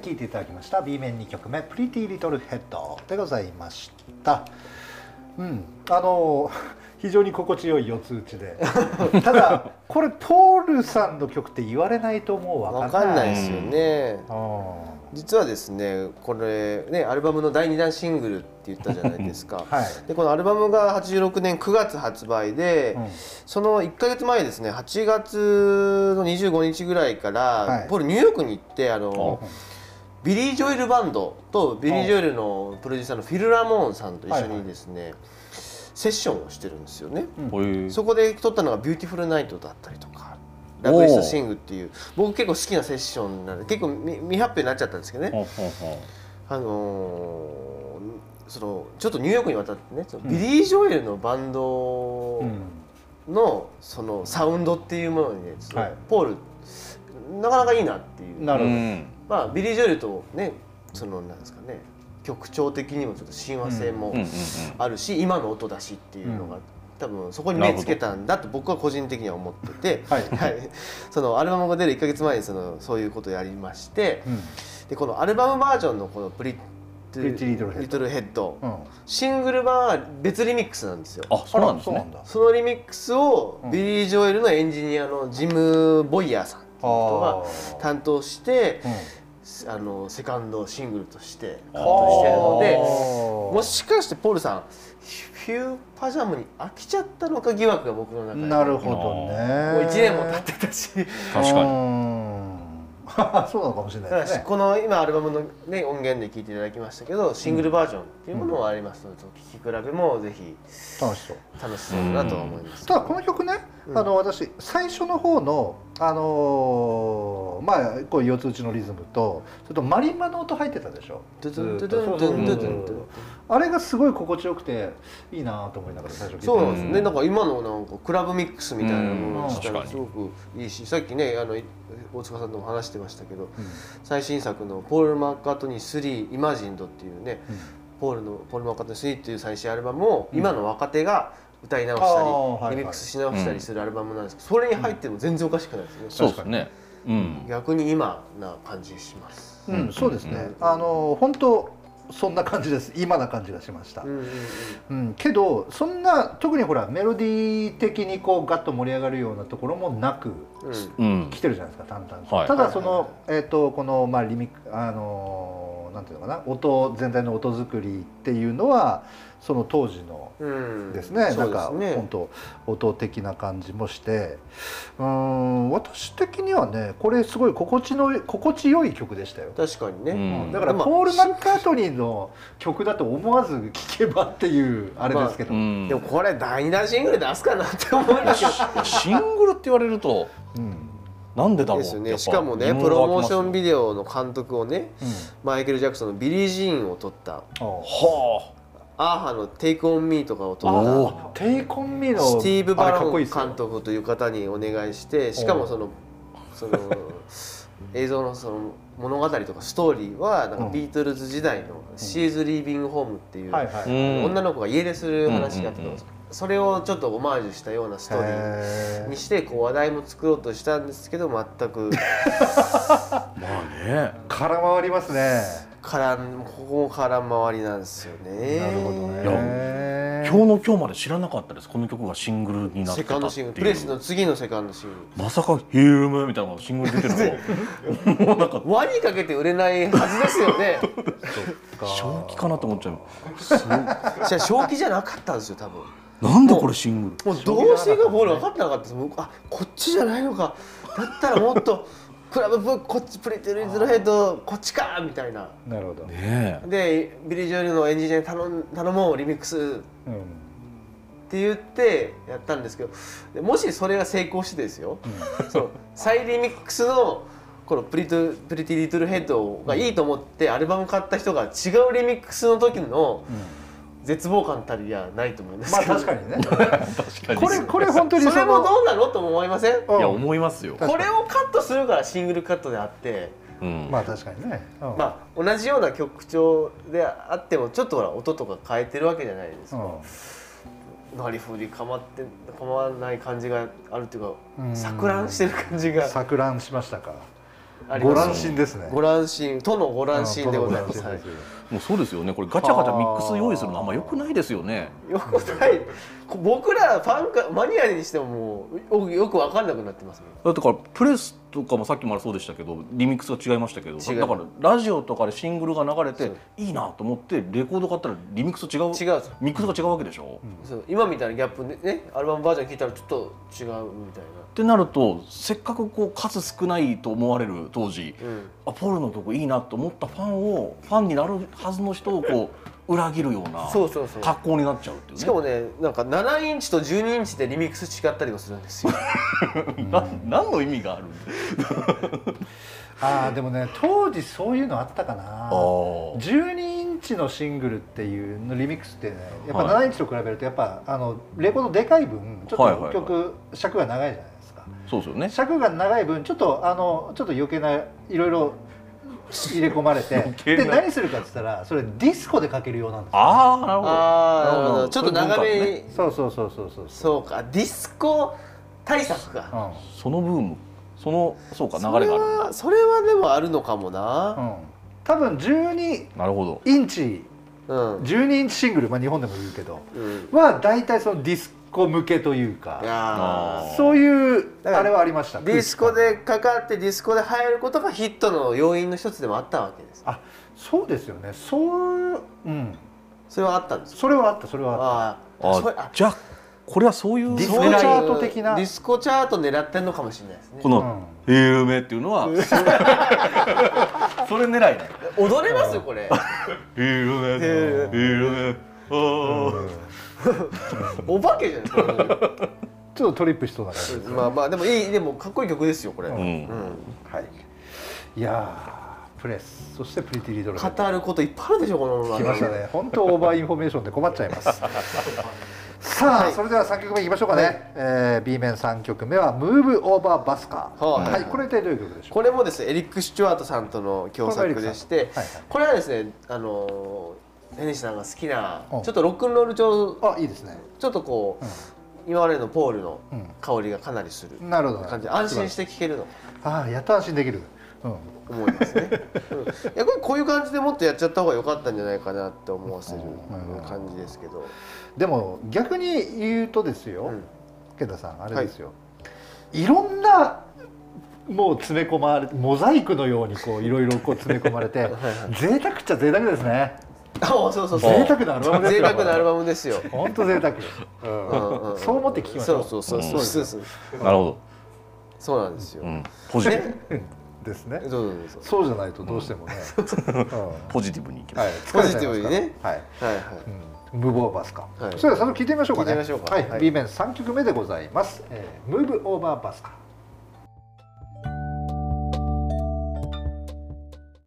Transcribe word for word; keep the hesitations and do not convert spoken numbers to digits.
聴いていただきました B 面にきょくめ「プリティリトルヘッド」でございました。うんあの非常に心地よい四つ打ちでただこれポールさんの曲って言われないともう分かんないですよね。実はですねこれねアルバムのだいにだんシングルって言ったじゃないですか、はい、でこのアルバムがはちじゅうろくねんくがつ発売で、うん、そのいっかげつまえですねはちがつのにじゅうごにちぐらいから、はい、ポールニューヨークに行ってあのビリー・ジョエルバンドとビリー・ジョエルのプロデューサーのフィル・ラモーンさんと一緒にですね、はいはい、セッションをしてるんですよね、うん、そこで撮ったのが「ビューティフル・ナイト」だったりとか「ラブ・イス・シング」っていう僕結構好きなセッションなんで結構未発表になっちゃったんですけどね、あのー、そのちょっとニューヨークに渡ってねそのビリー・ジョエルのバンドのそのサウンドっていうものにね、はい、ポールなかなかいいなっていう。なるほど。まあビリー・ジョエルとねそのなんですかね曲調的にもちょっと親和性もあるし、今の音だしっていうのが多分そこに目つけたんだと僕は個人的には思ってて、はいはい、そのアルバムが出るいっかげつまえにそのそういうことをやりまして、うん、でこのアルバムバージョンのこのプリティリトルヘッド、うん、シングル版は別リミックスなんですよ。 あ、そうなんですね。 そのリミックスをビリー・ジョエルのエンジニアのジム・ボイヤーさんっていう人が担当して、うん、あのセカンドシングルとしてカットしてるので、もしかしてポールさんフューパジャムに飽きちゃったのか疑惑が僕の中で。 なるほどね。 もういちねんも経ってたし。 確かに。 そうなのかもしれないですね。 この今アルバムの、ね、音源で聴いていただきましたけどシングルバージョンっていうものもありますので、聴き比べもぜひ楽しそう楽しそうだなと思います。 ただこの曲ね、あの私最初の方のあのまあこう四つ打ちのリズムとそれとマリンバの音入ってたでしょ。あれがすごい心地よくていいなと思いながら最初聞いて。 そうなんですね。なんか今のなんかクラブミックスみたいなもの自体がすごくいいし、さっきねあの大塚さんとも話してましたけど、うん、最新作のポール・マッカートニースリーイマジンドっていうね、うん、ポールのポール・マッカートニースリーっていう最新アルバムを今の若手が歌い直したり、うん、リミックスし直したりするアルバムなんですけど、それに入っても全然おかしくないですね。 そうですね。 うん、逆に今な感じします。 うん、そうですね。あの本当そんな感じです。今な感じがしました。うん、うん、けどそんな特にほらメロディー的にこうガッと盛り上がるようなところもなく、うん、来てるじゃないですか淡々と。はい、ただそのえっとこのまあリミックあのなんていうのかな音全体の音作りっていうのはその当時のですね、うん、なんか本当音的な感じもして、うん私的にはねこれすごい心地の心地よい曲でしたよ。 確かにね、 うん、だからポール・マッカートニーの曲だと思わず聴けばっていうあれですけど、まあうん、でもこれだいにだんシングル出すかなって思うんですけどシングルって言われると、うん、なんでだろうですよね。しかもねプロモーションビデオの監督をね、うん、マイケル・ジャクソンのビリー・ジーンを撮ったはあアーハの「テイクオンミーとかを撮ったテイクオンミーのスティーブ・バロン監督という方にお願いして、しかもそのその映像のその物語とかストーリーはなんかビートルズ時代の「シーズ・リービング・ホーム」っていう女の子が家出する話があって、それをちょっとオマージュしたようなストーリーにしてこう話題も作ろうとしたんですけど全くまあね空回りますね。 からここも空回りなんですよね。 なるほどね。 今日の今日まで知らなかったです。この曲がシングルになってたっていう。セカンドシングル。 プレスの次のセカンドシングル。まさかヒュームみたいなのがシングル出てるの。もうなんか輪にかけて売れないはずですよね。 正気かなと思っちゃう。 じゃ正気じゃなかったんですよ多分。 なんでこれシングル。もうどうしてかボール分かってなかったです。あこっちじゃないのか。だったらもっと。クラブブこっちプリティリトルヘッドこっちかみたいな。 なるほど。 ね、でビリー・ジョエルのエンジニアに頼頼もうリミックスって言ってやったんですけど、もしそれが成功してですよ、うん、その再リミックスのこのプリトプリティリトルヘッドがいいと思ってアルバム買った人が違うリミックスの時の、うん絶望感たりやないと思いますけど。 まあ確かにね。確かにこれこれ本当にそれもどうなのとも思いません？いや思いますよ。 これをカットするからシングルカットであって、 うん、まあ確かにね。 うん、まあ同じような曲調であってもちょっとほら音とか変えてるわけじゃないですか。うん、なりふり構って構わない感じがあるっていうか、うん、錯乱してる感じが。 錯乱しましたか。 ご乱心ですね。 ご乱心とのご乱心でございます。 もうそうですよね。これガチャガチャミックス用意するのあんま良くないですよね。 よくない。僕らファンかマニアにしてももうよく分かんなくなってますもん。 だからプレスとかもさっきもそうでしたけどリミックスが違いましたけど、だからラジオとかでシングルが流れていいなと思ってレコード買ったらリミックス違う。 違う。 ミックスが違うわけでしょ。 うん、そう今みたいなギャップでね、アルバムバージョン聞いたらちょっと違うみたいな。 ってなるとせっかくこう数少ないと思われる当時、うん、あポールの曲いいなと思ったファンをファンになるはずの人をこう裏切るような格好になっちゃうっていうね。 しかもね、なんかななインチとじゅうにインチでリミックス違ったりもするんですよ。 な何の意味があるあーでもね当時そういうのあったかな。じゅうにインチのシングルっていうのリミックスってねやっぱななインチと比べるとやっぱあのレコードでかい分ちょっと曲尺が長いじゃないですか。 そうですよね。 尺が長い分ちょっとあのちょっと余計ないろいろ入れ込まれてで何するかって言ったらそれディスコでかけるようなんですよ。 ああなるほど。 ああなるほど。ちょっと長めに、ね、 そうそうそうそうそうそうかディスコ対策か、 うん、そのブームそのそうか流れがあるんだ。 それはでもあるのかもな、 うん、多分じゅうにインチ、うん、じゅうにインチシングル、まあ、日本でも言うけど、うん、は大体そのディスコ向けというかそういうあれはありました。 ディスコでかかってディスコで入ることがヒットの要因の一つでもあったわけです。 あそうですよね。そう、うん、 それはあったんです。 それはあったそれはあった。 ああじゃあこれはそういうディスコチャート的なディスコチャート狙ってんのかもしれないですね。 この「有名」っていうのはそれ狙いね。 踊れますこれ。 有名有名お化けじゃないですか。 ちょっとトリップしそうな感じです。 まあまあでもいいでもかっこいい曲ですよこれ。 うんうん、はい。いやプレスそしてプリティリードル語ることいっぱいあるでしょこの。 来ましたね。本当オーバーインフォメーションで困っちゃいます。さあ、はい、それではさんきょくめいきましょうかね。はい、えー、B 面さんきょくめはムーブオーバーバスカー。はい、はい、これ一体どういう曲でしょうか。 これもですねエリック・スチュワートさんとの共作でして、はいはい、これはですねあの根岸さんが好きなちょっとロックンロール調、 あいいですね。 ちょっとこう、うん、今までのポールの香りがかなりする感じで安心して聴けるの。 ああやっと安心できる。うん、 思いますね。うん、いやこれこういう感じでもっとやっちゃった方が良かったんじゃないかなって思わせる感じですけど。 でも逆に言うとですよ、健太さんあれですよ、はい、いろんなもう詰め込まれてモザイクのようにこういろいろこう詰め込まれて贅沢っちゃ贅沢ですね。 あそうそうそう贅沢なアルバムですよ。 贅沢なアルバムですよ。 本当贅沢。そう思って聞きましょう。 そうそうそうそうそう。 なるほど。 そうなんですよ。 ポジティブですね。 そうじゃないとどうしてもね。 ポジティブにいきます。 ポジティブにね。 はいはいはい。ムーブオーバーバスカ。それでは早速聞いてみましょうかね。はい。B 面さんきょくめでございます。ムーブオーバーバスカ。